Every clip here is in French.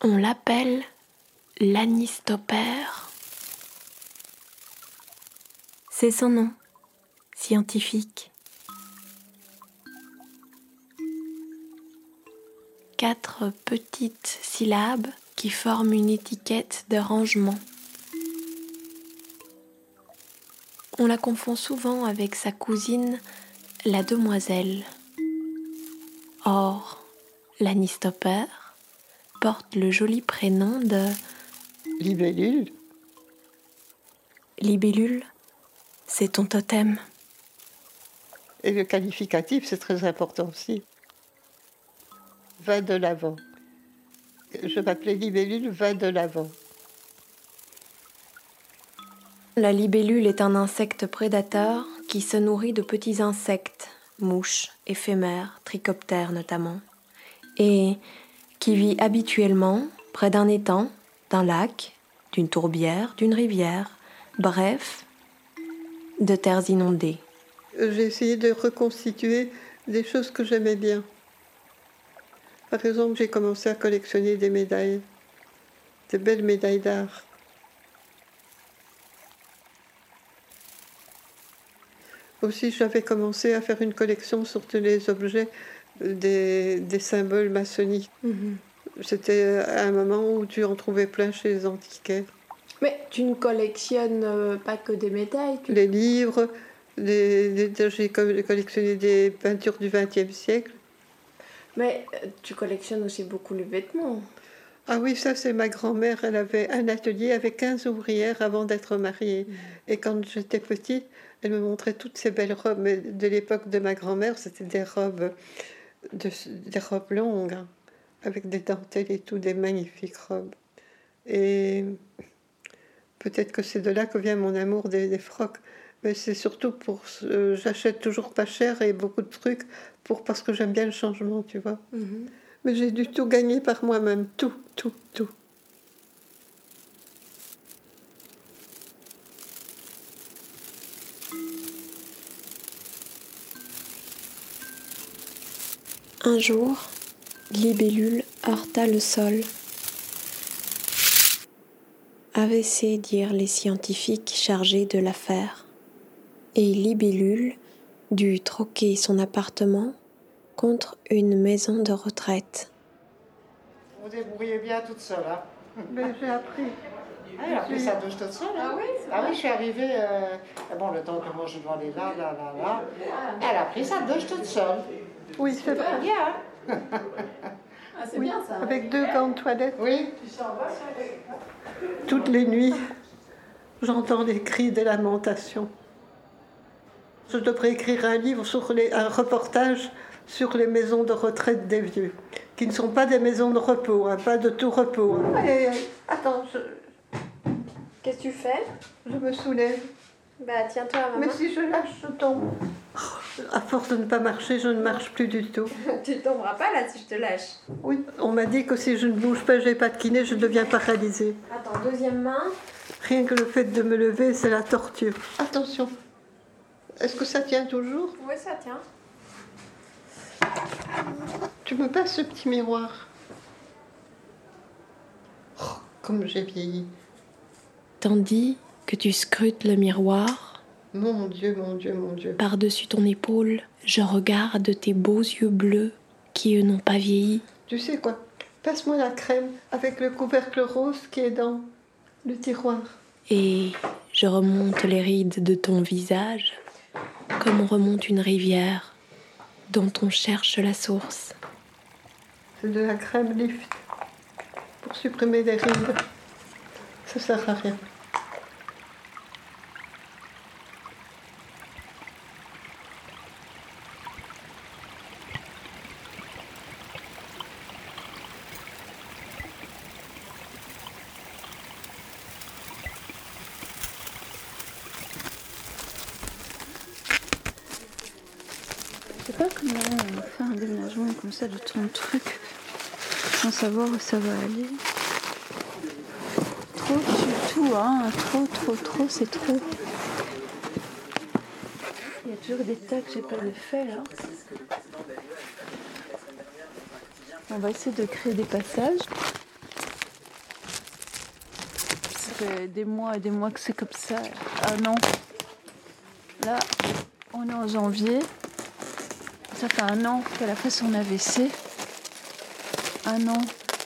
On l'appelle l'anistopère. C'est son nom scientifique. 4 petites syllabes qui forment une étiquette de rangement. On la confond souvent avec sa cousine, la demoiselle. Or, l'anistopère porte le joli prénom de Libellule. Libellule, c'est ton totem. Et le qualificatif, c'est très important aussi. Va de l'avant. Je m'appelais Libellule, va de l'avant. La libellule est un insecte prédateur qui se nourrit de petits insectes, mouches, éphémères, trichoptères notamment, et qui vit habituellement près d'un étang, d'un lac, d'une tourbière, d'une rivière, bref, de terres inondées. J'ai essayé de reconstituer des choses que j'aimais bien. Par exemple, j'ai commencé à collectionner des médailles, des belles médailles d'art. Aussi, j'avais commencé à faire une collection sur tous les objets des symboles maçonniques. C'était un moment où tu en trouvais plein chez les antiquaires. Mais tu ne collectionnes pas que des médailles. Les livres, j'ai collectionné des peintures du XXe siècle. Mais tu collectionnes aussi beaucoup les vêtements. Ah oui, ça c'est ma grand-mère, elle avait un atelier avec 15 ouvrières avant d'être mariée. Et quand j'étais petite, elle me montrait toutes ces belles robes. Mais de l'époque de ma grand-mère, c'était des robes longues, hein, avec des dentelles et tout, des magnifiques robes. Et peut-être que c'est de là que vient mon amour des frocs. Mais c'est surtout pour... j'achète toujours pas cher et beaucoup de trucs parce que j'aime bien le changement, tu vois. Mais j'ai dû tout gagner par moi-même, tout. Un jour, Libellule heurta le sol. AVC, dirent les scientifiques chargés de l'affaire. Et Libellule dut troquer son appartement contre une maison de retraite. Vous débrouillez bien toute seule, hein? Mais j'ai appris. Ah, elle a pris sa douche toute seule, hein? Ah oui, je suis arrivée... Bon, le temps que moi je dois aller là. Elle a pris sa douche toute seule. Oui, c'est vrai. Bien, hein? Ah, c'est bien ça. Avec 2 grandes toilettes. Oui. Toutes les nuits, j'entends des cris de lamentation. Je devrais écrire un livre un reportage sur les maisons de retraite des vieux, qui ne sont pas des maisons de repos, hein, pas de tout repos. Hein. Allez, attends, Qu'est-ce que tu fais? je me soulève. Bah tiens-toi à ma Mais main. si je lâche, je tombe. À force de ne pas marcher, je ne marche plus du tout. Tu tomberas pas là si je te lâche. Oui, on m'a dit que si je ne bouge pas, je n'ai pas de kiné, je deviens paralysée. Attends, deuxième main. Rien que le fait de me lever, c'est la torture. Attention. Est-ce que ça tient toujours? Oui, ça tient. Tu me passes ce petit miroir? Oh, comme j'ai vieilli. Tandis que tu scrutes le miroir, Mon Dieu. par-dessus ton épaule, je regarde tes beaux yeux bleus qui, eux, n'ont pas vieilli. Tu sais quoi? Passe-moi la crème avec le couvercle rose qui est dans le tiroir. Et je remonte les rides de ton visage comme on remonte une rivière dont on cherche la source. C'est de la crème lift pour supprimer les rides. Ça sert à rien. Je sais pas comment on fait un déménagement comme ça de ton truc sans savoir où ça va aller. Trop sur tout, hein. Trop, c'est trop. Il y a toujours des tas que j'ai pas de fait là. On va essayer de créer des passages. fait des mois et des mois que c'est comme ça. Ah non. Là, on est en janvier. Ça fait 1 an qu'elle a fait son AVC. 1 an.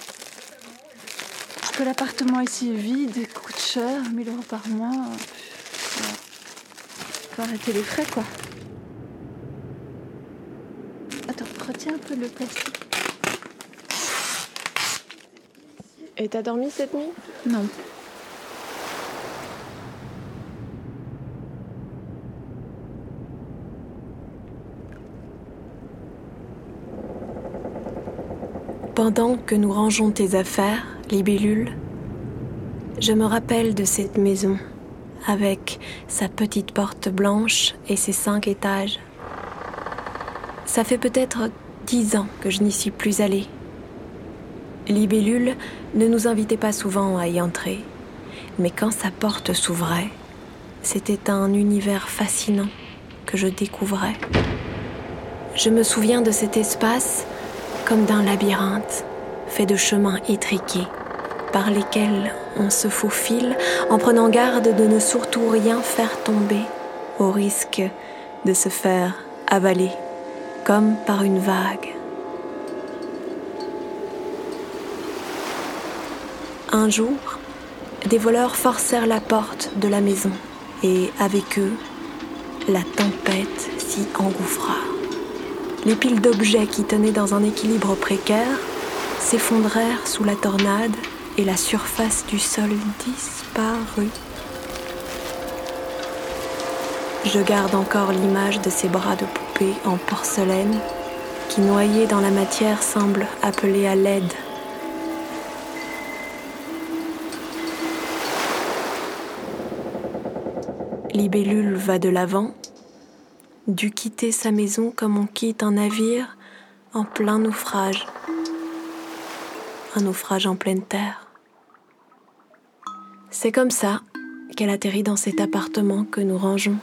Parce que l'appartement ici est vide, coûte cher, 1 000 € par mois. Ouais. Faut arrêter les frais, quoi. Attends, retiens un peu le plastique. Et t'as dormi cette nuit? Non. Pendant que nous rangeons tes affaires, libellule, je me rappelle de cette maison, avec sa petite porte blanche et ses 5 étages. Ça fait peut-être 10 ans que je n'y suis plus allée. Libellule ne nous invitait pas souvent à y entrer, mais quand sa porte s'ouvrait, c'était un univers fascinant que je découvrais. Je me souviens de cet espace comme d'un labyrinthe, fait de chemins étriqués, par lesquels on se faufile en prenant garde de ne surtout rien faire tomber, au risque de se faire avaler, comme par une vague. Un jour, des voleurs forcèrent la porte de la maison, et avec eux, la tempête s'y engouffra. Les piles d'objets qui tenaient dans un équilibre précaire s'effondrèrent sous la tornade et la surface du sol disparut. Je garde encore l'image de ces bras de poupée en porcelaine qui, noyés dans la matière, semblent appeler à l'aide. Libellule va de l'avant, dut quitter sa maison comme on quitte un navire en plein naufrage. Un naufrage en pleine terre. C'est comme ça qu'elle atterrit dans cet appartement que nous rangeons.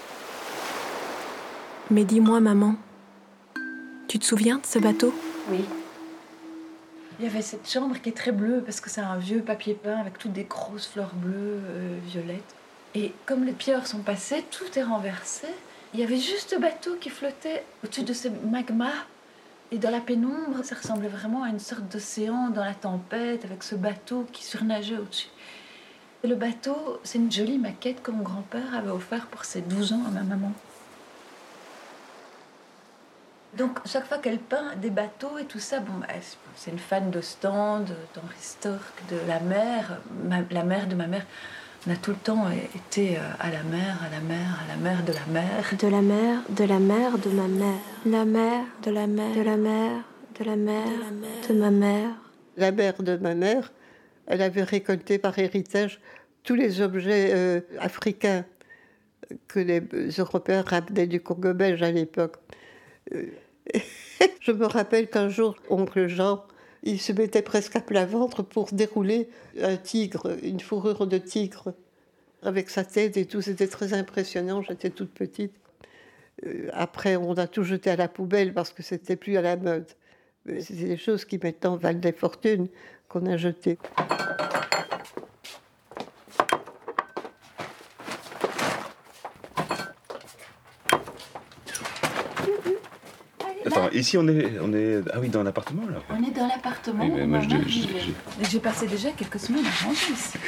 Mais dis-moi, maman, tu te souviens de ce bateau? Oui. Il y avait cette chambre qui est très bleue parce que c'est un vieux papier peint avec toutes des grosses fleurs bleues, violettes. Et comme les pierres sont passées, tout est renversé. Il y avait juste le bateau qui flottait au-dessus de ce magma. Et dans la pénombre, ça ressemblait vraiment à une sorte d'océan dans la tempête, avec ce bateau qui surnageait au-dessus. Et le bateau, c'est une jolie maquette que mon grand-père avait offert pour ses 12 ans à ma maman. Donc, chaque fois qu'elle peint des bateaux et tout ça, bon, c'est une fan d'Ostende, d'Henri Storck, de la mer de ma mère. On a tout le temps été à la mer, à la mer, à la mer de la mer. De la mer, de la mer de ma mère. La mer, de la mer, de la mer, de la mer, de ma mère. La mère de ma mère, elle avait récolté par héritage tous les objets africains que les Européens ramenaient du Congo belge à l'époque. Je me rappelle qu'un jour, oncle Jean, il se mettait presque à plat ventre pour dérouler un tigre, une fourrure de tigre, avec sa tête et tout. C'était très impressionnant, j'étais toute petite. Après, on a tout jeté à la poubelle parce que c'était plus à la mode. C'est des choses qui maintenant valent des fortunes qu'on a jetées. Attends, ici on est ah oui, dans l'appartement là. On est dans l'appartement. Oui, mais moi, j'ai passé déjà quelques semaines à ranger ici.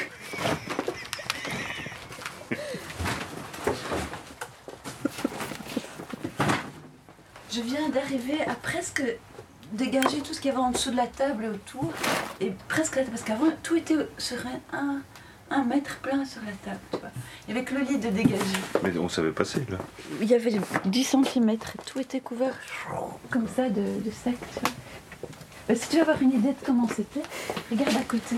Je viens d'arriver à presque dégager tout ce qu'il y avait en dessous de la table et autour. Et presque là, parce qu'avant tout était sur un mètre plein sur la table, tu vois. Il y avait que le lit de dégager. Mais on savait passer là. Il y avait 10 cm, tout était couvert comme ça de sacs, tu vois. Si tu veux avoir une idée de comment c'était, regarde à côté.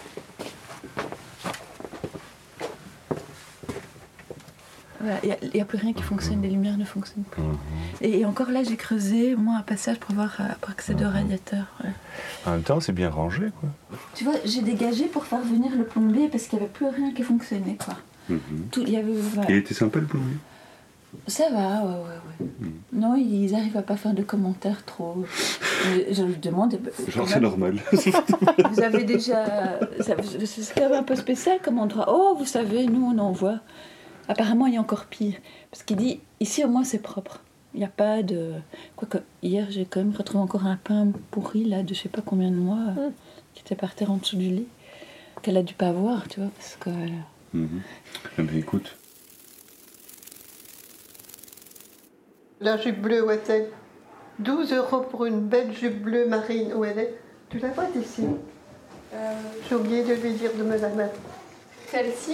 Voilà, il n'y a plus rien qui fonctionne, les lumières ne fonctionnent plus. Et encore là, j'ai creusé, moi, un passage pour accéder au radiateur. Ouais. En même temps, c'est bien rangé, quoi. Tu vois, j'ai dégagé pour faire venir le plombier parce qu'il n'y avait plus rien qui fonctionnait, quoi. Tout, il y avait, voilà. Il était sympa, le plombier? Ça va, ouais. Non, ils arrivent à pas faire de commentaires trop. Je lui demande. Genre, c'est normal. Vous avez déjà. C'est quand même un peu spécial comme endroit. Oh, vous savez, nous, on en voit. Apparemment, il y a encore pire. Parce qu'il dit ici, au moins, c'est propre. Il n'y a pas de. Quoique, hier, j'ai quand même retrouvé encore un pain pourri, là, de je sais pas combien de mois, qui était par terre en dessous du lit. Qu'elle a dû pas voir, tu vois, parce que. Mais écoute. La jupe bleue, où est-elle ? 12 € pour une belle jupe bleue marine. Où elle est ? Tu la vois d'ici ? J'ai oublié de lui dire de me la mettre. Celle-ci ?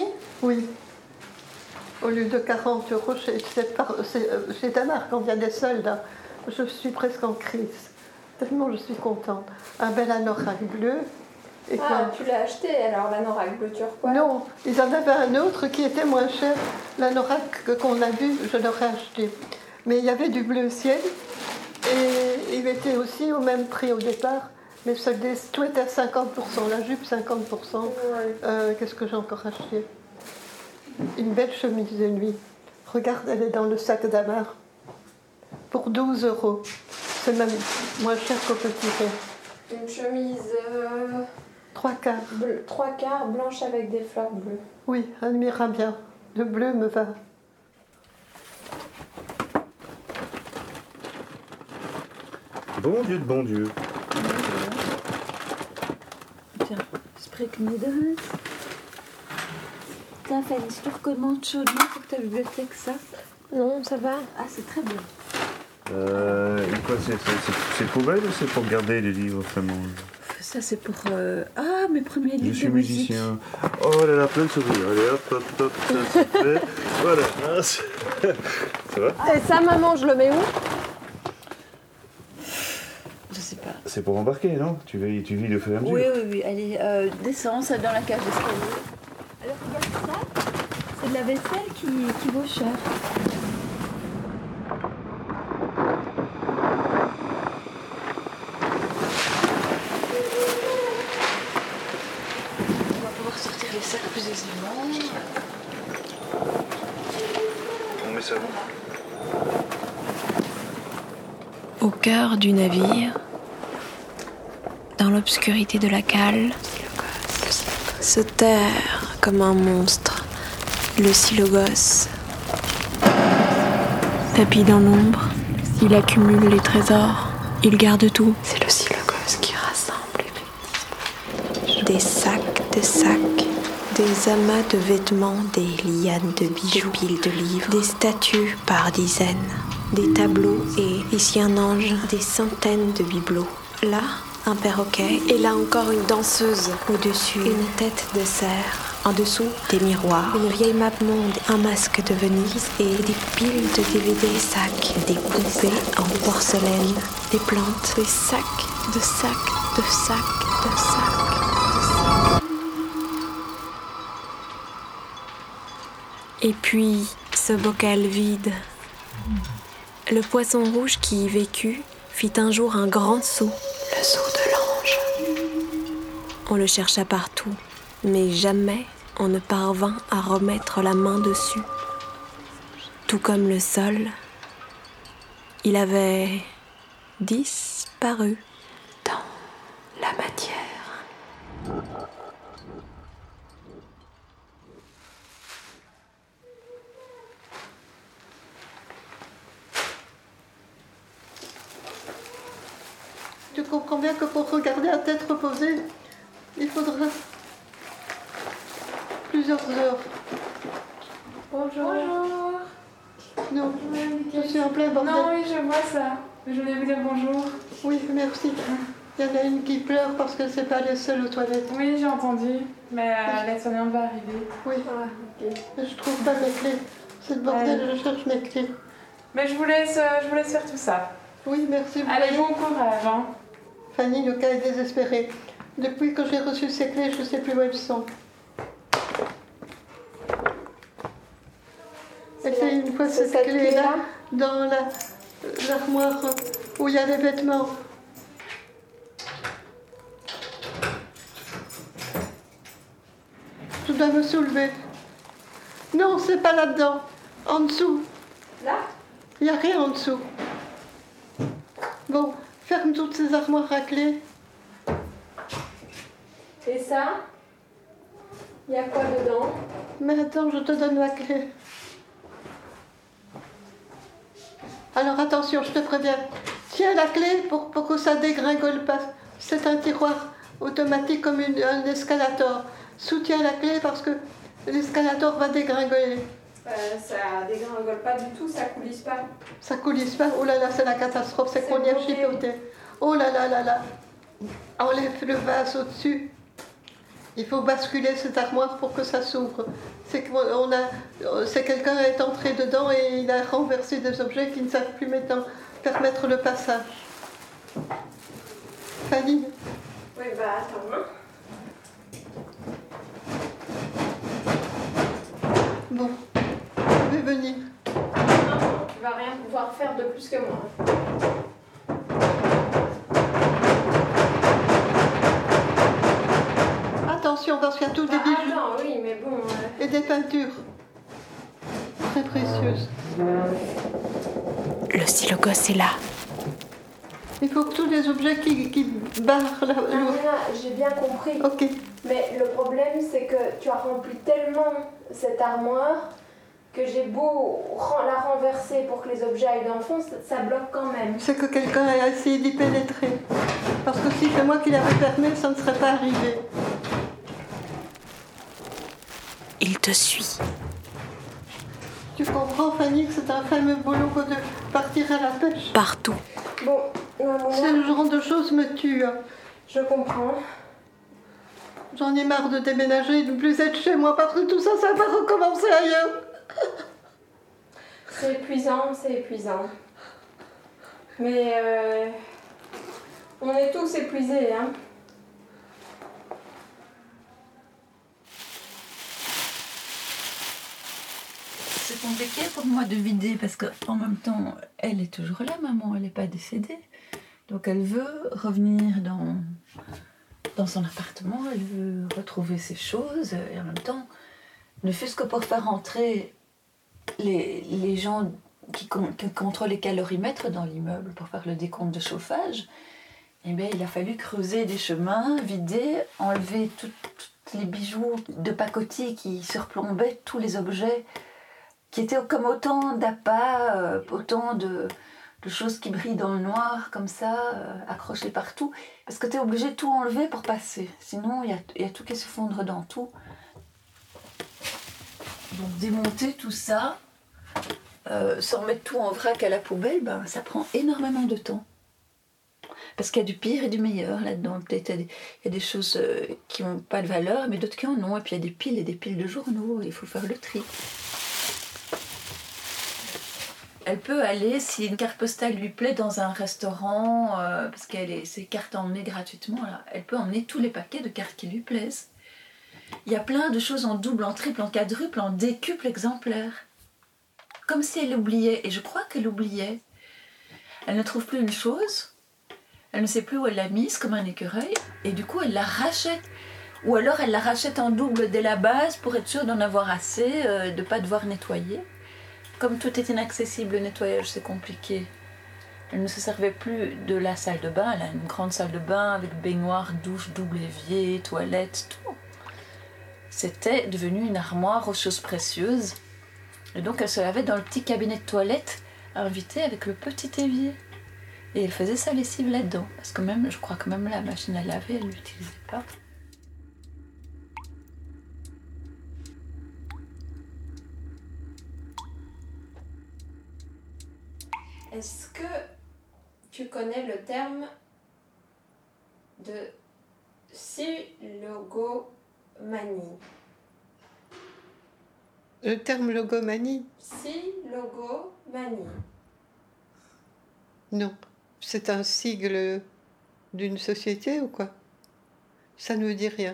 Oui. Au lieu de 40 € chez Damar, quand il y a des soldes, hein, je suis presque en crise. Tellement je suis contente. Un bel anorak bleu. Et tu l'as acheté alors, l'anorak bleu turquoise ? Non, ils en avaient un autre qui était moins cher. L'anorak qu'on a vu, je l'aurais acheté. Mais il y avait du bleu ciel et il était aussi au même prix au départ. Mais tout était à 50%, la jupe 50%. Qu'est-ce que j'ai encore acheté ? Une belle chemise de nuit. Regarde, elle est dans le sac d'Amar. Pour 12 €. C'est même moins cher qu'au Petit Prix. Une chemise 3/4. blanche avec des fleurs bleues. Oui, elle m'ira bien. Le bleu me va. Bon Dieu de bon Dieu. Tiens, Spreekniederheid. Tiens, Fanny, si tu recommandes chaudement pour ta bibliothèque, ça. Non, ça va. Ah, c'est très bien. Quoi, c'est poubelle ou c'est pour garder les livres vraiment? Ça, c'est pour. Ah, mes premiers livres. Je suis de musique. musicien. Oh là là, plein de sourires. Allez, hop, ça se fait. Voilà. Ça va? Et ça, maman, je le mets où ? Je sais pas. C'est pour embarquer, non? Tu vis de fur et à mesure. Oui. Allez, descends, ça dans la cage d'escalier. Alors, regarde ça. C'est de la vaisselle qui vaut cher. On va pouvoir sortir les sacs plus aisément. On met ça où? Au cœur du navire, dans l'obscurité de la cale, se terre comme un monstre, le Silogos. Tapis dans l'ombre, il accumule les trésors, il garde tout. C'est le Silogos qui rassemble des sacs de sacs, des amas de vêtements, des lianes de bijoux, des piles de livres, des statues par dizaines, des tableaux et, ici un ange, des centaines de bibelots. Là, un perroquet, et là encore une danseuse. Au-dessus, une tête de cerf. En dessous, des miroirs, une vieille map monde, un masque de Venise et des piles de DVD sacs, des poupées en porcelaine, des plantes, des sacs de sacs de sacs de sacs. Et puis, ce bocal vide. Le poisson rouge qui y vécut fit un jour un grand saut, le saut de l'ange. On le chercha partout, mais jamais on ne parvint à remettre la main dessus. Tout comme le sol, il avait disparu dans la matière. Tu comprends bien que pour regarder à tête reposée, il faudra plusieurs heures. Bonjour. Non, je suis en plein bordel. Non, oui, je vois ça. Je voulais vous dire bonjour. Oui, merci. Il y en a une qui pleure parce qu'elle ne s'est pas allée seule aux toilettes. Oui, j'ai entendu, mais la soignante va arriver. Oui. Mais je trouve pas mes clés. C'est le bordel, je cherche mes clés. Mais je vous laisse faire tout ça. Oui, merci. Allez, bon courage. Hein. Fanny, le cas est désespéré. Depuis que j'ai reçu ces clés, je ne sais plus où elles sont. Essaye une fois cette clé-là dans l'armoire où il y a les vêtements. Je dois me soulever. Non, c'est pas là-dedans. En dessous. Là? Il n'y a rien en dessous. Bon, ferme toutes ces armoires à clé. Et ça? Il y a quoi dedans? Mais attends, je te donne la clé. Alors attention, je te préviens. Tiens la clé pour que ça dégringole pas. C'est un tiroir automatique comme un escalator. Soutiens la clé parce que l'escalator va dégringoler. Ça dégringole pas du tout, ça coulisse pas. Ça coulisse pas. Oh là là, c'est la catastrophe, c'est qu'on y a chipoté. Oh là là là là. Enlève le vase au-dessus. Il faut basculer cette armoire pour que ça s'ouvre. C'est quelqu'un est entré dedans et il a renversé des objets qui ne savent plus maintenant permettre le passage. Fanny? Oui, bah attends. Hein. Bon, je vais venir. Non, tu vas rien pouvoir faire de plus que moi. Attention, parce qu'il y a tous des bijoux. Attends, oui, mais bon... Et des peintures. Très précieuses. Le stylogos est là. Il faut que tous les objets qui barrent la... J'ai bien compris. Ok. Mais le problème, c'est que tu as rempli tellement cette armoire que j'ai beau la renverser pour que les objets aillent dans le fond, ça bloque quand même. C'est que quelqu'un a essayé d'y pénétrer. Parce que si c'est moi qui l'avais fermé, ça ne serait pas arrivé. Il te suit. Tu comprends, Fanny, que c'est un fameux boulot que de partir à la pêche. Partout. Bon, C'est le genre de choses me tue. je comprends. J'en ai marre de déménager et de ne plus être chez moi parce que tout ça, ça va recommencer ailleurs. C'est épuisant, c'est épuisant. Mais on est tous épuisés, hein. C'est compliqué pour moi de vider parce qu'en même temps, elle est toujours là, maman, elle n'est pas décédée. Donc elle veut revenir dans son appartement, elle veut retrouver ses choses et en même temps, ne fût-ce que pour faire entrer les gens qui contrôlent les calorimètres dans l'immeuble pour faire le décompte de chauffage, eh bien, il a fallu creuser des chemins, vider, enlever tous les bijoux de pacotille qui surplombaient tous les objets qui étaient comme autant d'appâts, autant de choses qui brillent dans le noir, comme ça, accrochées partout. Parce que tu es obligé de tout enlever pour passer. Sinon, il y a tout qui s'effondre dans tout. Donc démonter tout ça, sans mettre tout en vrac à la poubelle, ben, ça prend énormément de temps. Parce qu'il y a du pire et du meilleur là-dedans. Peut-être il y a des choses qui n'ont pas de valeur, mais d'autres qui en ont. Et puis il y a des piles et des piles de journaux. Il faut faire le tri. Elle peut aller, si une carte postale lui plaît, dans un restaurant, parce ses cartes à emmener gratuitement, là, elle peut emmener tous les paquets de cartes qui lui plaisent. Il y a plein de choses en double, en triple, en quadruple, en décuple exemplaire. Comme si elle oubliait, et je crois qu'elle oubliait. Elle ne trouve plus une chose, elle ne sait plus où elle l'a mise, comme un écureuil, et du coup elle la rachète. Ou alors elle la rachète en double dès la base pour être sûre d'en avoir assez, de ne pas devoir nettoyer. Comme tout est inaccessible, le nettoyage c'est compliqué. Elle ne se servait plus de la salle de bain, elle a une grande salle de bain avec baignoire, douche, double évier, toilette, tout. C'était devenu une armoire aux choses précieuses. Et donc elle se lavait dans le petit cabinet de toilette invité avec le petit évier. Et elle faisait sa lessive là-dedans. Parce que même, je crois que même la machine à laver, elle ne l'utilisait pas. Est-ce que tu connais le terme de silogomanie? Le terme logomanie? Silogomanie. Non. C'est un sigle d'une société ou quoi? Ça ne me dit rien.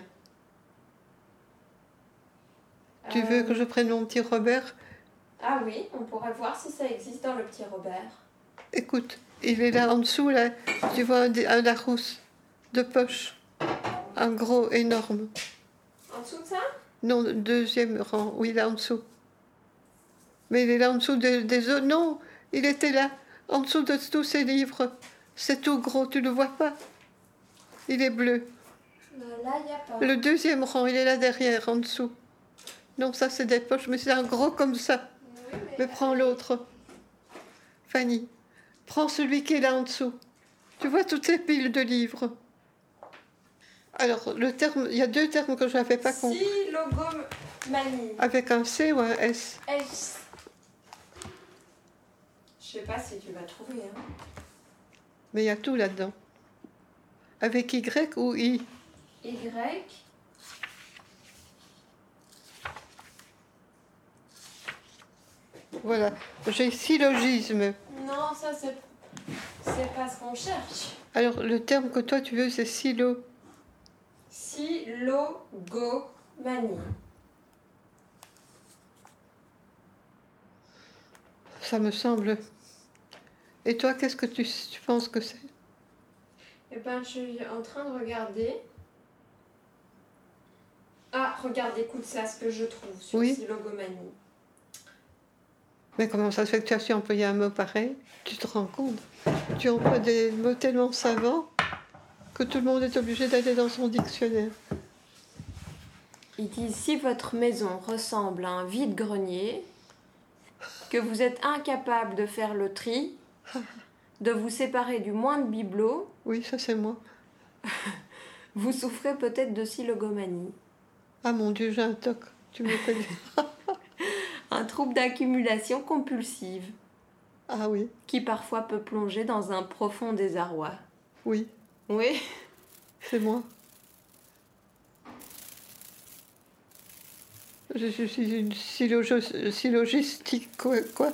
Tu veux que je prenne mon petit Robert? Ah oui, on pourrait voir si ça existe dans le petit Robert. Écoute, il est là en dessous, là. Tu vois un Larousse de poche. Un gros, énorme. En dessous de ça? Non, deuxième rang. Oui, là en dessous. Mais il est là en dessous des autres. Non, il était là, en dessous de tous ces livres. C'est tout gros, tu ne le vois pas. Il est bleu. Là, il n'y a pas. Le deuxième rang, il est là derrière, en dessous. Non, ça c'est des poches, mais c'est un gros comme ça. Oui, Mais prends l'autre. Fanny, prends celui qui est là en dessous. Tu vois toutes ces piles de livres. Alors, le terme, il y a deux termes que je n'avais pas compris. Silogomanie. Avec un C ou un S? S. Je sais pas si tu vas trouver. Hein. Mais il y a tout là-dedans. Avec Y ou I? Y. Voilà. J'ai syllogisme. Non, ça c'est pas ce qu'on cherche. Alors, le terme que toi tu veux, c'est silo. Silogomanie. Ça me semble. Et toi, qu'est-ce que tu penses que c'est? Eh ben, je suis en train de regarder. Ah, regarde, écoute ça, ce que je trouve sur Oui. silogomanie. Mais comment ça se fait que tu as su employer un mot pareil? Tu te rends compte? Tu emploies des mots tellement savants que tout le monde est obligé d'aller dans son dictionnaire. Il dit, si votre maison ressemble à un vide-grenier, que vous êtes incapable de faire le tri, de vous séparer du moindre bibelot, Oui, ça c'est moi. vous souffrez peut-être de silogomanie. Ah mon Dieu, j'ai un toc. Tu me connais. Un trouble d'accumulation compulsive, Ah oui, qui parfois peut plonger dans un profond désarroi. oui, Oui. c'est moi. Je suis une syllogistique, quoi?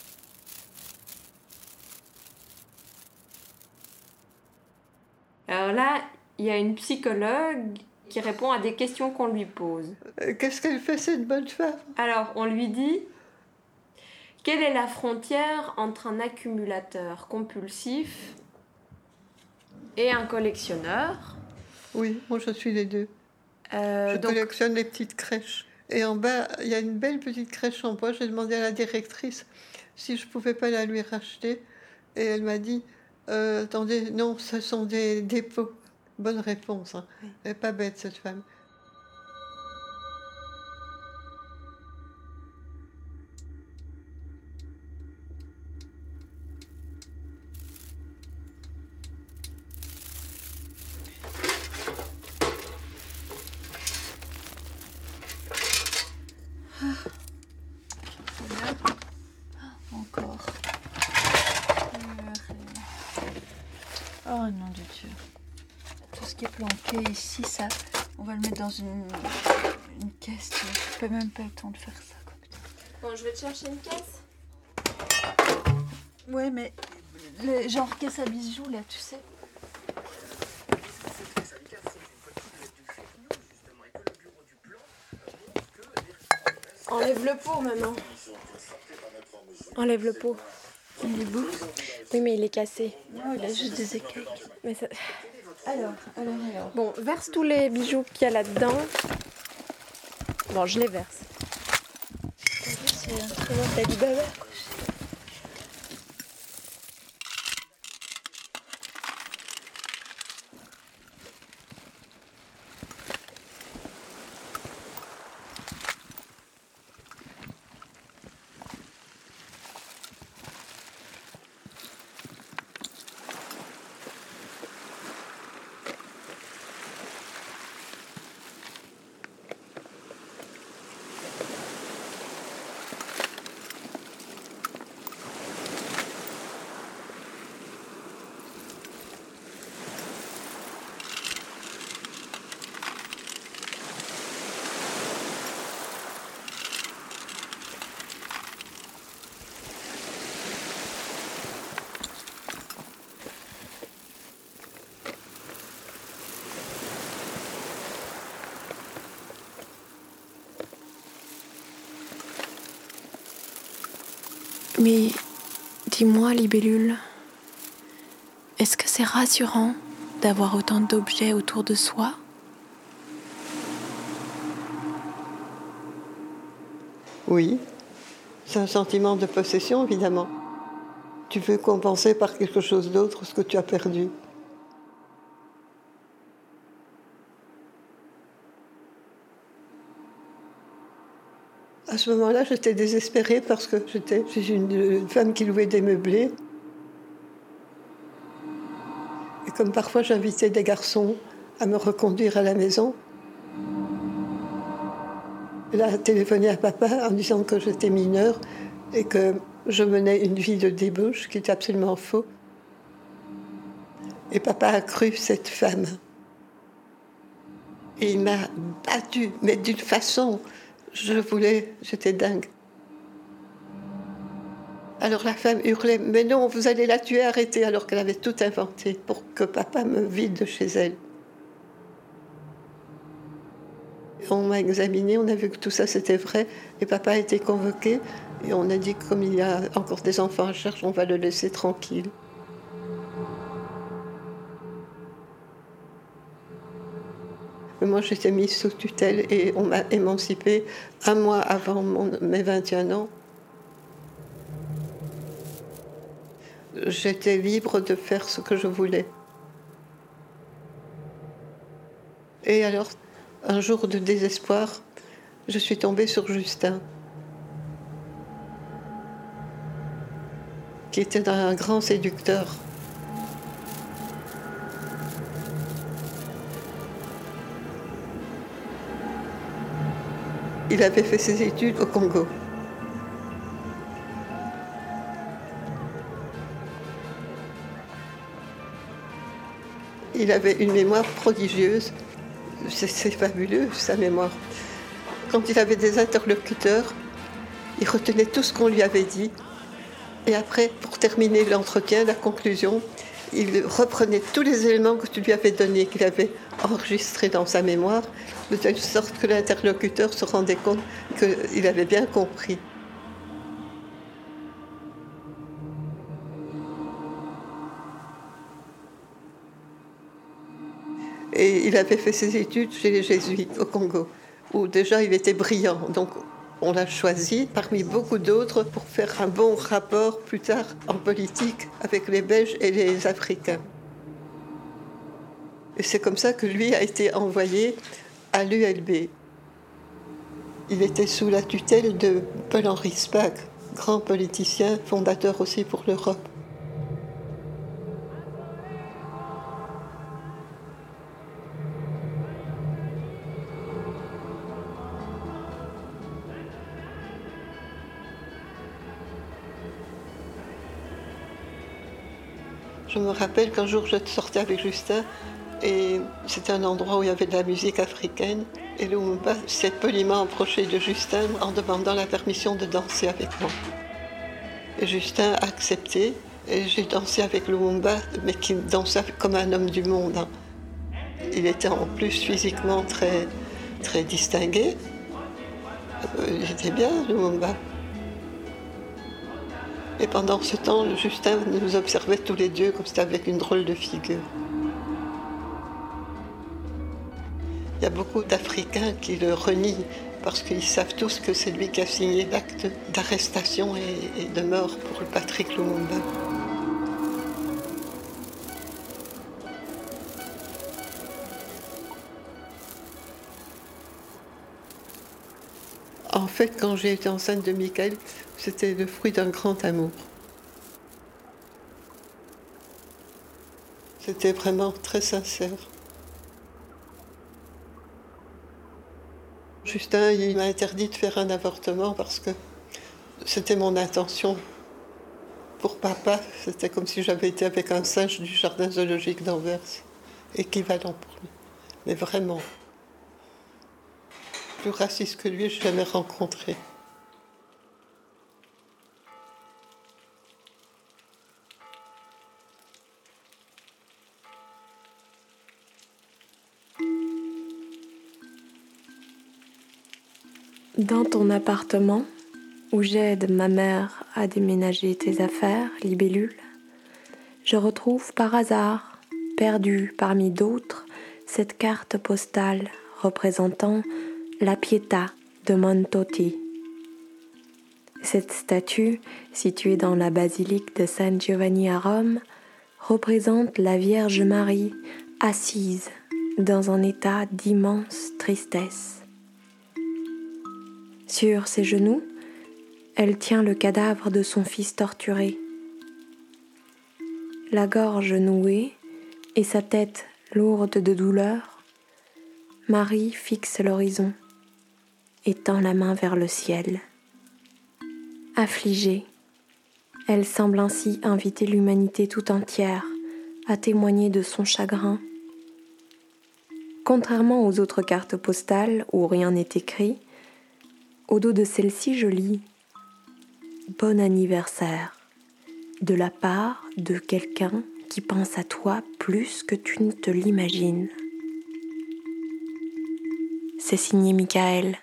Alors là, il y a une psychologue qui répond à des questions qu'on lui pose. Qu'est-ce qu'elle fait, cette bonne femme? Alors, on lui dit, quelle est la frontière entre un accumulateur compulsif et un collectionneur? Oui, moi je suis les deux. Je Donc, collectionne les petites crèches. Et en bas, il y a une belle petite crèche en bois. J'ai demandé à la directrice si je pouvais pas la lui racheter. Et elle m'a dit, attendez, non, ce sont des dépôts. Bonne réponse. Hein. Elle n'est pas bête, cette femme. Encore. Oh nom de Dieu. Tout ce qui est planqué ici, ça, on va le mettre dans une caisse. Je peux même pas le temps de faire ça. Quoi, putain. bon, je vais te chercher une caisse. Ouais, mais les genre caisse à bijoux, là, tu sais. Enlève le pot, maman. Enlève le pot. Il est beau. Oui, mais il est cassé. Non, il a juste des écailles. Mais ça... Alors. Bon, verse tous les bijoux qu'il y a là-dedans. Bon, je les verse. C'est un trésor, t'as du bavard, quoi. Mais dis-moi, Libellule, est-ce que c'est rassurant d'avoir autant d'objets autour de soi? Oui. C'est un sentiment de possession, évidemment. Tu veux compenser par quelque chose d'autre ce que tu as perdu. À ce moment-là, j'étais désespérée parce que j'étais une femme qui louait des meublés. Et comme parfois j'invitais des garçons à me reconduire à la maison, elle a téléphoné à papa en disant que j'étais mineure et que je menais une vie de débauche qui était absolument faux. Et papa a cru cette femme. Et il m'a battue, mais d'une façon, j'étais dingue. Alors la femme hurlait, mais non, vous allez la tuer, arrêtez, alors qu'elle avait tout inventé pour que papa me vide de chez elle. On m'a examiné, on a vu que tout ça c'était vrai, et papa a été convoqué, et on a dit que comme il y a encore des enfants à charge, on va le laisser tranquille. Mais moi j'étais mise sous tutelle et on m'a émancipée un mois avant mes 21 ans. J'étais libre de faire ce que je voulais. Et alors, un jour de désespoir, je suis tombée sur Justin, qui était un grand séducteur. Il avait fait ses études au Congo. Il avait une mémoire prodigieuse. C'est fabuleux, sa mémoire. Quand il avait des interlocuteurs, il retenait tout ce qu'on lui avait dit. Et après, pour terminer l'entretien, la conclusion, il reprenait tous les éléments que tu lui avais donnés, qu'il avait enregistrés dans sa mémoire, de telle sorte que l'interlocuteur se rendait compte qu'il avait bien compris. Et il avait fait ses études chez les Jésuites au Congo, où déjà il était brillant. Donc on l'a choisi parmi beaucoup d'autres pour faire un bon rapport plus tard en politique avec les Belges et les Africains. Et c'est comme ça que lui a été envoyé à l'ULB. Il était sous la tutelle de Paul-Henri Spaak, grand politicien, fondateur aussi pour l'Europe. Je me rappelle qu'un jour je sortais avec Justin et c'était un endroit où il y avait de la musique africaine. Et Lumumba s'est poliment approché de Justin en demandant la permission de danser avec moi. Et Justin a accepté et j'ai dansé avec Lumumba, mais qui dansait comme un homme du monde. Il était en plus physiquement très, très distingué. Il était bien, Lumumba. Et pendant ce temps, Justin nous observait tous les deux comme c'était avec une drôle de figure. Il y a beaucoup d'Africains qui le renient parce qu'ils savent tous que c'est lui qui a signé l'acte d'arrestation et de mort pour le Patrick Lumumba. En fait, quand j'ai été enceinte de Michael, c'était le fruit d'un grand amour. C'était vraiment très sincère. Justin, il m'a interdit de faire un avortement parce que c'était mon intention. Pour papa, c'était comme si j'avais été avec un singe du jardin zoologique d'Anvers. Équivalent pour lui. Mais vraiment. Plus raciste que lui, je n'ai jamais rencontré. Dans ton appartement, où j'aide ma mère à déménager tes affaires, libellule, je retrouve par hasard, perdue parmi d'autres, cette carte postale représentant la Pietà de Montoti. Cette statue, située dans la basilique de San Giovanni à Rome, représente la Vierge Marie assise dans un état d'immense tristesse. Sur ses genoux, elle tient le cadavre de son fils torturé. La gorge nouée et sa tête lourde de douleur, Marie fixe l'horizon et tend la main vers le ciel. Affligée, elle semble ainsi inviter l'humanité tout entière à témoigner de son chagrin. Contrairement aux autres cartes postales où rien n'est écrit, au dos de celle-ci je lis « Bon anniversaire » de la part de quelqu'un qui pense à toi plus que tu ne te l'imagines. C'est signé Michael.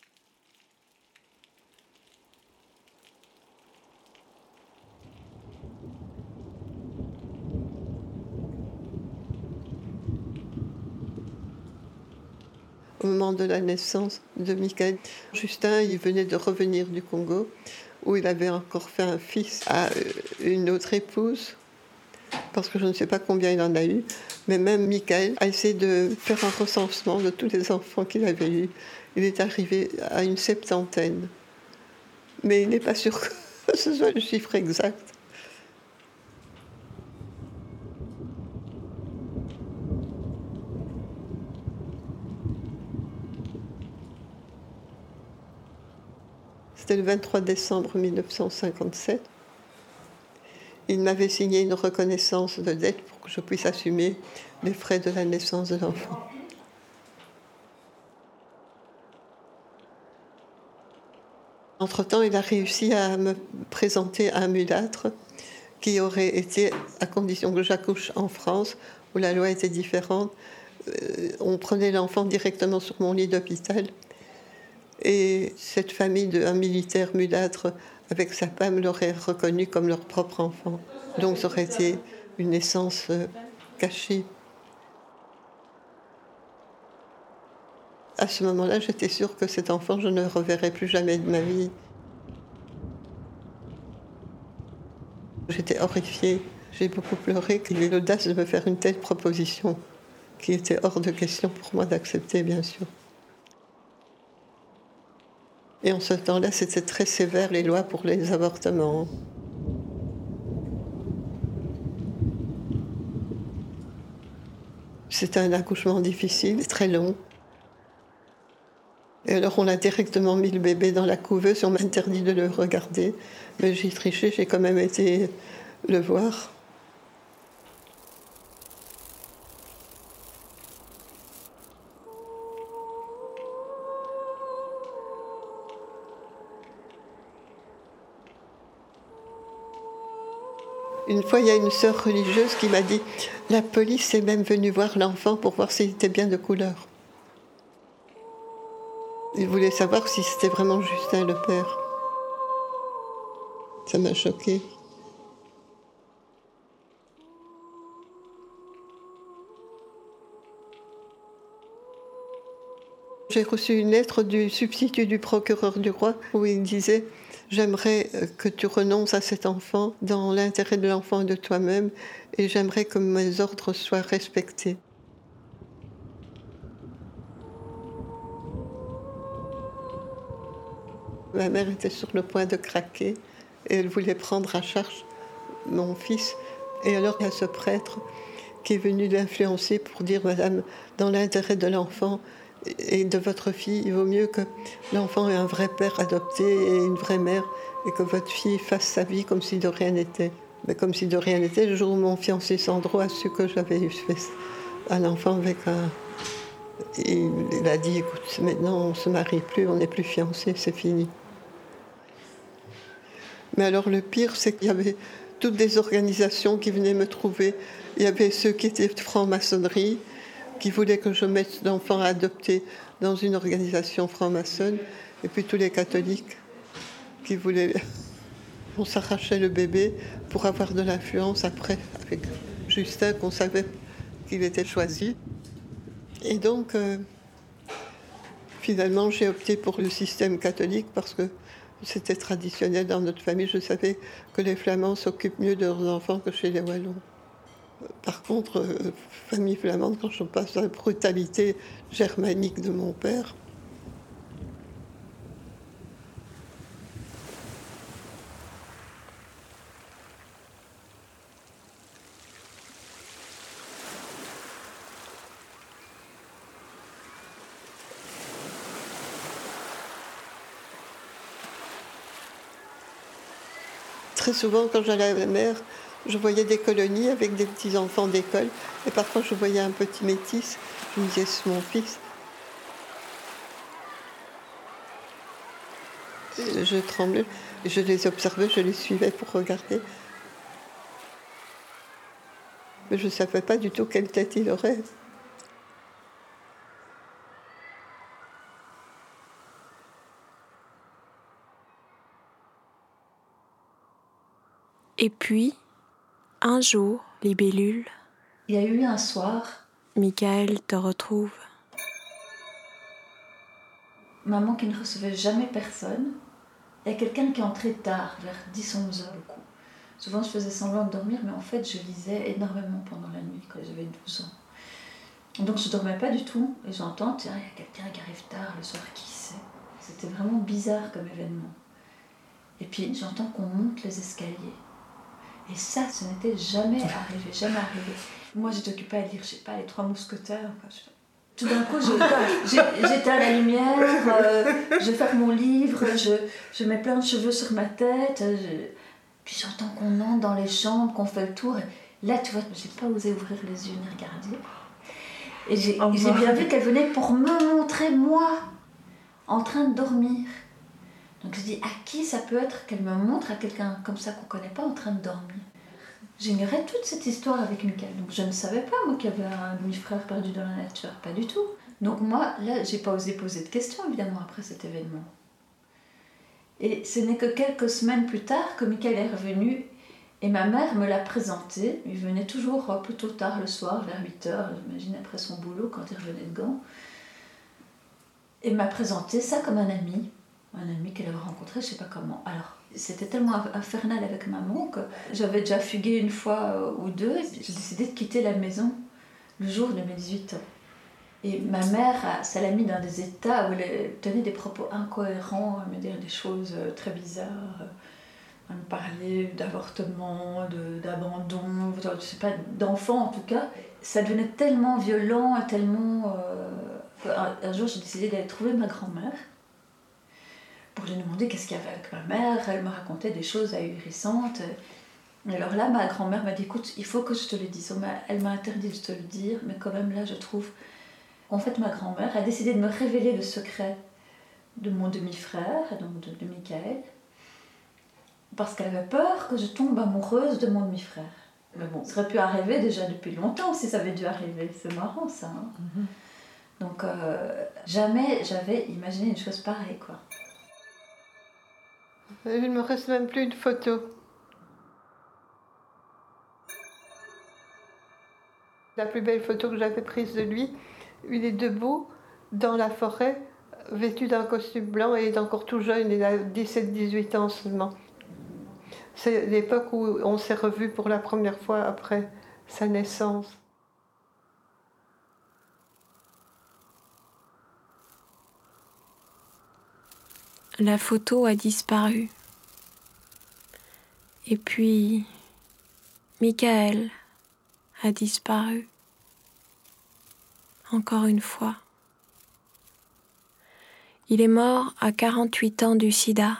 Au moment de la naissance de Michael, Justin, il venait de revenir du Congo, où il avait encore fait un fils à une autre épouse, parce que je ne sais pas combien il en a eu, mais même Michael a essayé de faire un recensement de tous les enfants qu'il avait eus. Il est arrivé à une 70, mais il n'est pas sûr que ce soit le chiffre exact. C'était le 23 décembre 1957. Il m'avait signé une reconnaissance de dette pour que je puisse assumer les frais de la naissance de l'enfant. Entre-temps, il a réussi à me présenter un mulâtre qui aurait été, à condition que j'accouche en France, où la loi était différente, on prenait l'enfant directement sur mon lit d'hôpital. Et cette famille d'un militaire mulâtre avec sa femme l'aurait reconnu comme leur propre enfant. Donc ça aurait été une naissance cachée. À ce moment-là, j'étais sûre que cet enfant, je ne le reverrai plus jamais de ma vie. J'étais horrifiée. J'ai beaucoup pleuré qu'il ait l'audace de me faire une telle proposition, qui était hors de question pour moi d'accepter, bien sûr. Et en ce temps-là, c'était très sévère, les lois pour les avortements. C'était un accouchement difficile, très long. Et alors on a directement mis le bébé dans la couveuse et on m'a interdit de le regarder. Mais j'ai triché, j'ai quand même été le voir. Une fois, il y a une sœur religieuse qui m'a dit « La police est même venue voir l'enfant pour voir s'il était bien de couleur. » Il voulait savoir si c'était vraiment Justin le père. Ça m'a choquée. J'ai reçu une lettre du substitut du procureur du roi où il disait « J'aimerais que tu renonces à cet enfant dans l'intérêt de l'enfant et de toi-même et j'aimerais que mes ordres soient respectés. » Ma mère était sur le point de craquer et elle voulait prendre à charge mon fils. Et alors il y a ce prêtre qui est venu l'influencer pour dire « Madame, dans l'intérêt de l'enfant et de votre fille, il vaut mieux que l'enfant ait un vrai père adopté et une vraie mère et que votre fille fasse sa vie comme si de rien n'était. » Mais comme si de rien n'était, le jour où mon fiancé Sandro a su que j'avais fait un enfant avec un... Il a dit « Écoute, maintenant on ne se marie plus, on n'est plus fiancés, c'est fini. » Mais alors le pire, c'est qu'il y avait toutes des organisations qui venaient me trouver. Il y avait ceux qui étaient franc-maçonnerie, qui voulaient que je mette l'enfant à adopter dans une organisation franc-maçonne, et puis tous les catholiques qui voulaient... On s'arrachait le bébé pour avoir de l'influence après, avec Justin, qu'on savait qu'il était choisi. Et donc, finalement, j'ai opté pour le système catholique parce que C'était traditionnel dans notre famille. Je savais que les Flamands s'occupent mieux de leurs enfants que chez les Wallons. Par contre, famille flamande, quand je passe à la brutalité germanique de mon père, très souvent, quand j'allais à la mer, je voyais des colonies avec des petits-enfants d'école. Et parfois, je voyais un petit métis. Je me disais, c'est mon fils. Et je tremblais. Je les observais, je les suivais pour regarder. Mais je ne savais pas du tout quelle tête il aurait. Et puis, un jour, libellule, Il y a eu un soir, Michael te retrouve. maman qui ne recevait jamais personne, il y a quelqu'un qui est entré tard, vers 10-11 heures au coup. Souvent je faisais semblant de dormir, mais en fait je lisais énormément pendant la nuit quand j'avais 12 ans. Donc je dormais pas du tout, et j'entends, tiens, il y a quelqu'un qui arrive tard le soir, qui c'est ? C'était vraiment bizarre comme événement. Et puis j'entends qu'on monte les escaliers. Et ça n'était jamais arrivé, jamais arrivé. Moi, j'étais occupée à lire, je sais pas, les 3 mousquetaires. Tout d'un coup, j'éteins la lumière, je ferme mon livre, je mets plein de cheveux sur ma tête. Puis j'entends qu'on entre dans les chambres, qu'on fait le tour. Et là, tu vois, j'ai pas osé ouvrir les yeux ni regarder. Et j'ai bien vu qu'elle venait pour me montrer, moi, en train de dormir. Donc je dis, à qui ça peut être qu'elle me montre à quelqu'un comme ça qu'on ne connaît pas en train de dormir ? J'ignorais toute cette histoire avec Michael. Donc je ne savais pas, moi, qu'il y avait un demi-frère perdu dans la nature. Pas du tout. Donc moi, là, j'ai pas osé poser de questions, évidemment, après cet événement. Et ce n'est que quelques semaines plus tard que Michael est revenu et ma mère me l'a présenté. Il venait toujours plutôt tard le soir, vers 8h, j'imagine, après son boulot, quand il revenait de Gand. Et m'a présenté ça comme un ami qu'elle avait rencontré, je sais pas comment. Alors, c'était tellement infernal avec maman que j'avais déjà fugué une fois ou deux, et j'ai décidé de quitter la maison le jour de mes 18 ans. Et ma mère, ça l'a mis dans des états où elle tenait des propos incohérents, à me dire des choses très bizarres, à me parler d'avortement, d'abandon, je sais pas, d'enfant en tout cas. Ça devenait tellement violent et tellement... Un jour, j'ai décidé d'aller trouver ma grand-mère pour lui demander qu'est-ce qu'il y avait avec ma mère. Elle me racontait des choses ahurissantes. Et alors là, ma grand-mère m'a dit, écoute, il faut que je te le dise. Elle m'a interdit de te le dire, mais quand même là, je trouve... En fait, ma grand-mère a décidé de me révéler le secret de mon demi-frère, donc de Michael, parce qu'elle avait peur que je tombe amoureuse de mon demi-frère. Mais bon, ça aurait pu arriver déjà depuis longtemps si ça avait dû arriver. C'est marrant, ça. Hein. Donc, jamais j'avais imaginé une chose pareille, quoi. Il ne me reste même plus de photos. La plus belle photo que j'avais prise de lui, il est debout dans la forêt, vêtu d'un costume blanc, et il est encore tout jeune, il a 17-18 ans seulement. C'est l'époque où on s'est revus pour la première fois après sa naissance. La photo a disparu. Et puis, Michael a disparu. Encore une fois. Il est mort à 48 ans du sida.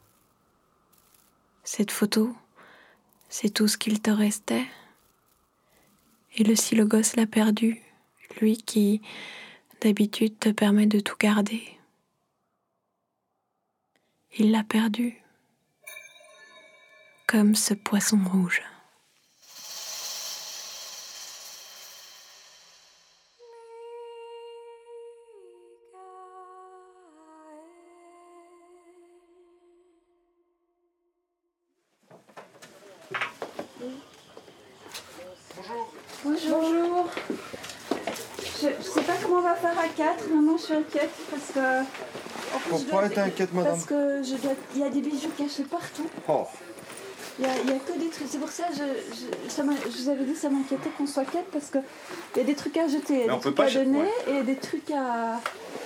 Cette photo, c'est tout ce qu'il te restait. Et le gosse l'a perdu, lui qui, d'habitude, te permet de tout garder. Il l'a perdu, comme ce poisson rouge. Bonjour. Je sais pas comment on va faire à 4, maman, je suis inquiète parce que En plus, Pourquoi t'inquiète, madame? Parce que il y a des bijoux cachés partout. Oh. Il y a que des trucs. C'est pour ça que je vous avais dit ça m'inquiétait qu'on soit quatre parce que il y a des trucs à jeter, il y a des trucs à donner et des trucs à.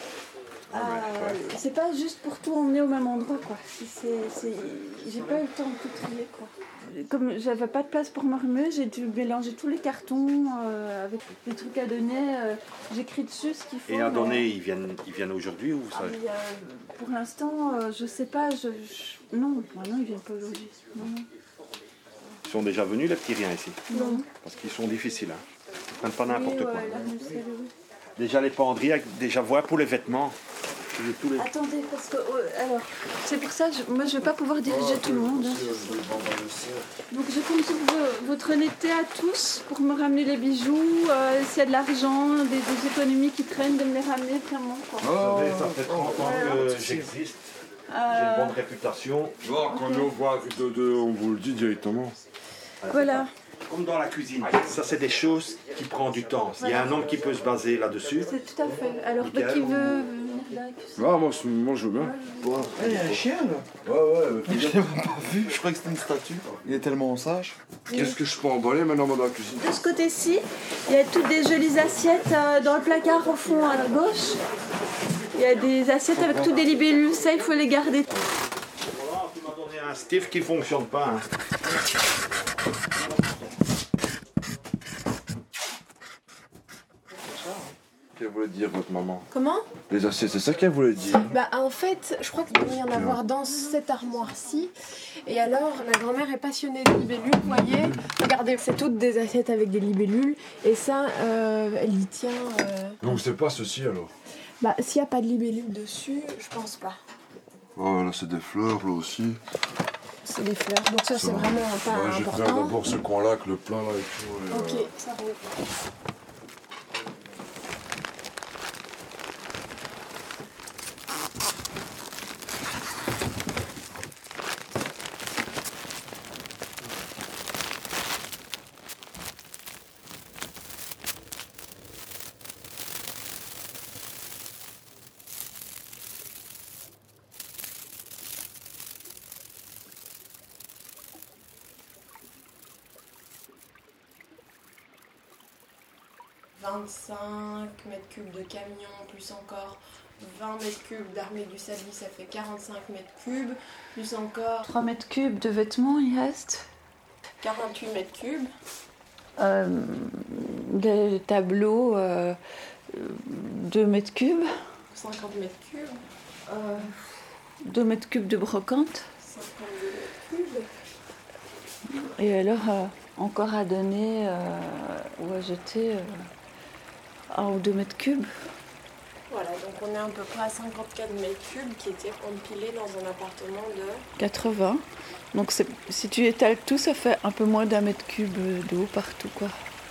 C'est pas juste pour tout emmener au même endroit quoi. J'ai pas eu le temps de tout trier quoi. Comme j'avais pas de place pour me remuer, j'ai dû mélanger tous les cartons avec des trucs à donner. J'écris dessus ce qu'il faut. Et à donner, ils viennent aujourd'hui ou ça? Pour l'instant, je sais pas. Non, ils viennent pas aujourd'hui. Non. Ils sont déjà venus les petits riens ici? Non. Parce qu'ils sont difficiles. Hein. Ils prennent pas n'importe quoi. Oui. Déjà les penderies, déjà voir pour les vêtements. Attendez, parce que alors c'est pour ça moi je vais pas pouvoir diriger tout le monde. Donc je compte sur votre honnêteté à tous pour me ramener les bijoux, s'il y a de l'argent, des économies qui traînent, de me les ramener vraiment. Quoi. Vous savez, ça fait 30 ans que j'existe. J'ai une bonne réputation. Bon, quand on voit on vous le dit directement. Voilà. Comme dans la cuisine, ça c'est des choses qui prennent du temps. Il y a un homme qui peut se baser là-dessus. C'est tout à fait. Alors qui veut venir là? Ah, moi je veux bien. Il y a un chien là. Ouais. Je l'ai même pas vu, je croyais que c'était une statue. Il est tellement sage. Qu'est-ce que je peux emballer maintenant dans la cuisine? De ce côté-ci, il y a toutes des jolies assiettes dans le placard au fond à la gauche. Il y a des assiettes avec toutes des libellules, ça il faut les garder. Voilà, tu m'as donné un stiff qui ne fonctionne pas. Hein. Qu'elle voulait dire votre maman? Comment? Les assiettes, c'est ça qu'elle voulait dire? Bah en fait, je crois qu'il doit y en avoir dans cette armoire-ci. Et alors, la grand-mère est passionnée de libellules, vous voyez. Regardez, c'est toutes des assiettes avec des libellules. Et ça, elle y tient... Donc c'est pas ceci alors? Bah s'il n'y a pas de libellules dessus, je pense pas. Oh là c'est des fleurs là aussi. C'est des fleurs, donc ça c'est vraiment pas Ouais, j'ai important. fait d'abord ce coin-là avec le plein là et tout. Ok, ça roule. « 25 mètres cubes de camion, plus encore 20 mètres cubes d'armée du sabis, ça fait 45 mètres cubes, plus encore 3 mètres cubes de vêtements, il reste. 48 mètres cubes. Des tableaux, 2 mètres cubes. 50 mètres cubes. 2 mètres cubes de brocante. 52 mètres cubes. Et alors, encore à donner ou à jeter 1 ou 2 mètres cubes. Voilà, donc on est à peu près à 54 mètres cubes qui étaient empilés dans un appartement de 80. Donc si tu étales tout, ça fait un peu moins d'1 mètre cube d'eau partout, quoi.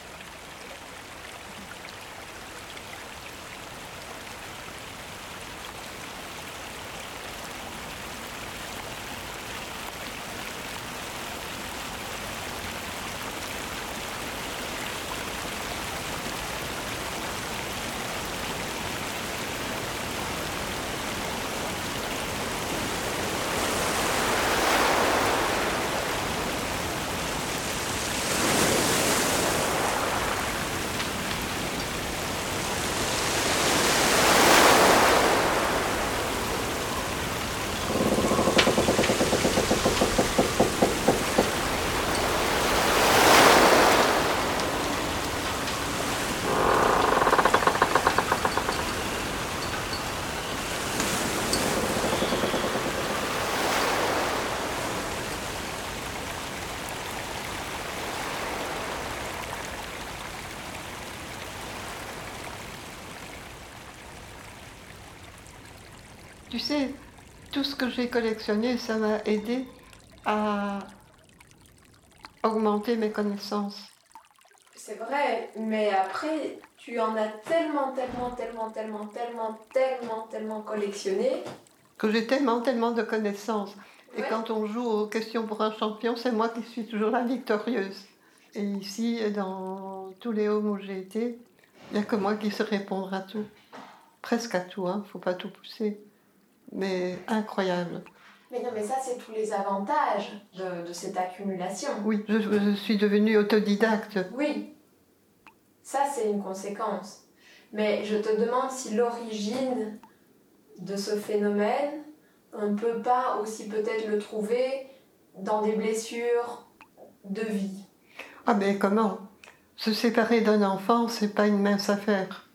Tu sais, tout ce que j'ai collectionné, ça m'a aidé à augmenter mes connaissances. C'est vrai, mais après, tu en as tellement collectionné. Que j'ai tellement de connaissances. Et quand on joue aux questions pour un champion, c'est moi qui suis toujours la victorieuse. Et ici, dans tous les homes où j'ai été, il n'y a que moi qui sais répondre à tout. Presque à tout, hein, faut pas tout pousser. mais incroyable. Mais non, mais ça, c'est tous les avantages de cette accumulation. Oui, je suis devenue autodidacte. Oui, ça, c'est une conséquence. Mais je te demande si l'origine de ce phénomène, on ne peut pas aussi peut-être le trouver dans des blessures de vie. Ah mais comment? Se séparer d'un enfant, c'est pas une mince affaire.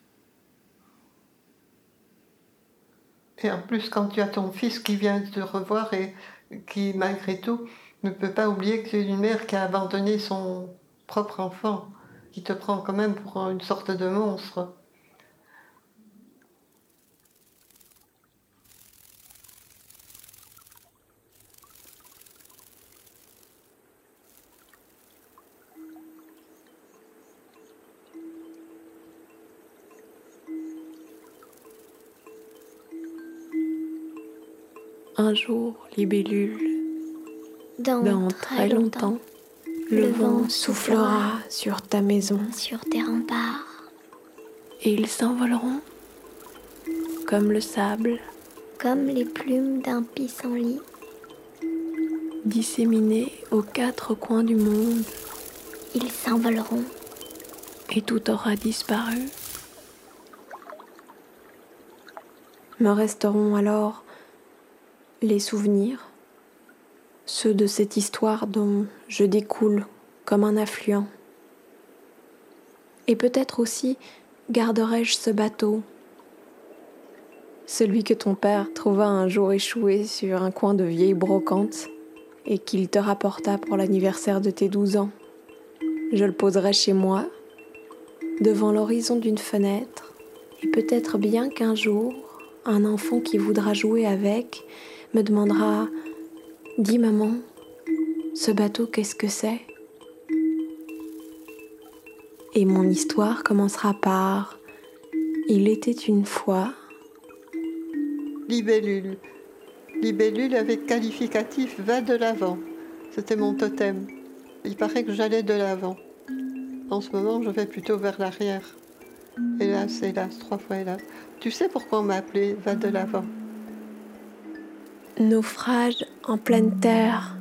Et en plus, quand tu as ton fils qui vient te revoir et qui, malgré tout, ne peut pas oublier que tu es une mère qui a abandonné son propre enfant, qui te prend quand même pour une sorte de monstre. Un jour, libellule, dans très longtemps, le vent soufflera sur ta maison, sur tes remparts, et ils s'envoleront comme le sable, comme les plumes d'un pissenlit, disséminés aux 4 coins du monde. Ils s'envoleront, et tout aura disparu. Me resteront alors les souvenirs, ceux de cette histoire dont je découle comme un affluent. Et peut-être aussi garderai-je ce bateau, celui que ton père trouva un jour échoué sur un coin de vieille brocante et qu'il te rapporta pour l'anniversaire de tes 12 ans. Je le poserai chez moi, devant l'horizon d'une fenêtre, et peut-être bien qu'un jour, un enfant qui voudra jouer avec me demandera « Dis maman, ce bateau, qu'est-ce que c'est ?» Et mon histoire commencera par « Il était une fois ». Libellule. Libellule avec qualificatif va de l'avant. C'était mon totem. Il paraît que j'allais de l'avant. En ce moment, je vais plutôt vers l'arrière. Hélas, hélas, 3 fois hélas. Tu sais pourquoi on m'a appelé va de l'avant? Naufrage en pleine terre.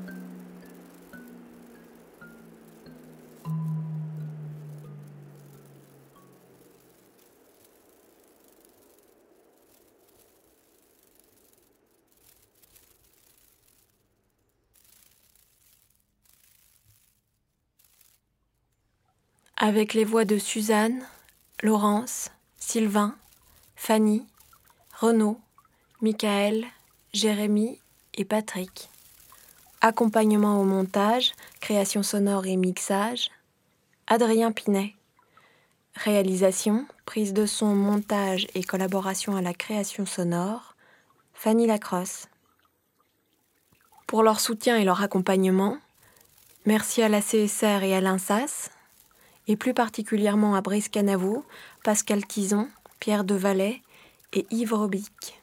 Avec les voix de Suzanne, Laurence, Sylvain, Fanny, Renaud, Michael, Jérémy et Patrick. Accompagnement au montage, création sonore et mixage, Adrien Pinet. Réalisation, prise de son, montage et collaboration à la création sonore, Fanny Lacrosse. Pour leur soutien et leur accompagnement, merci à la CSR et à l'INSAS, et plus particulièrement à Brice Canavou, Pascal Tison, Pierre Devalet et Yves Robic.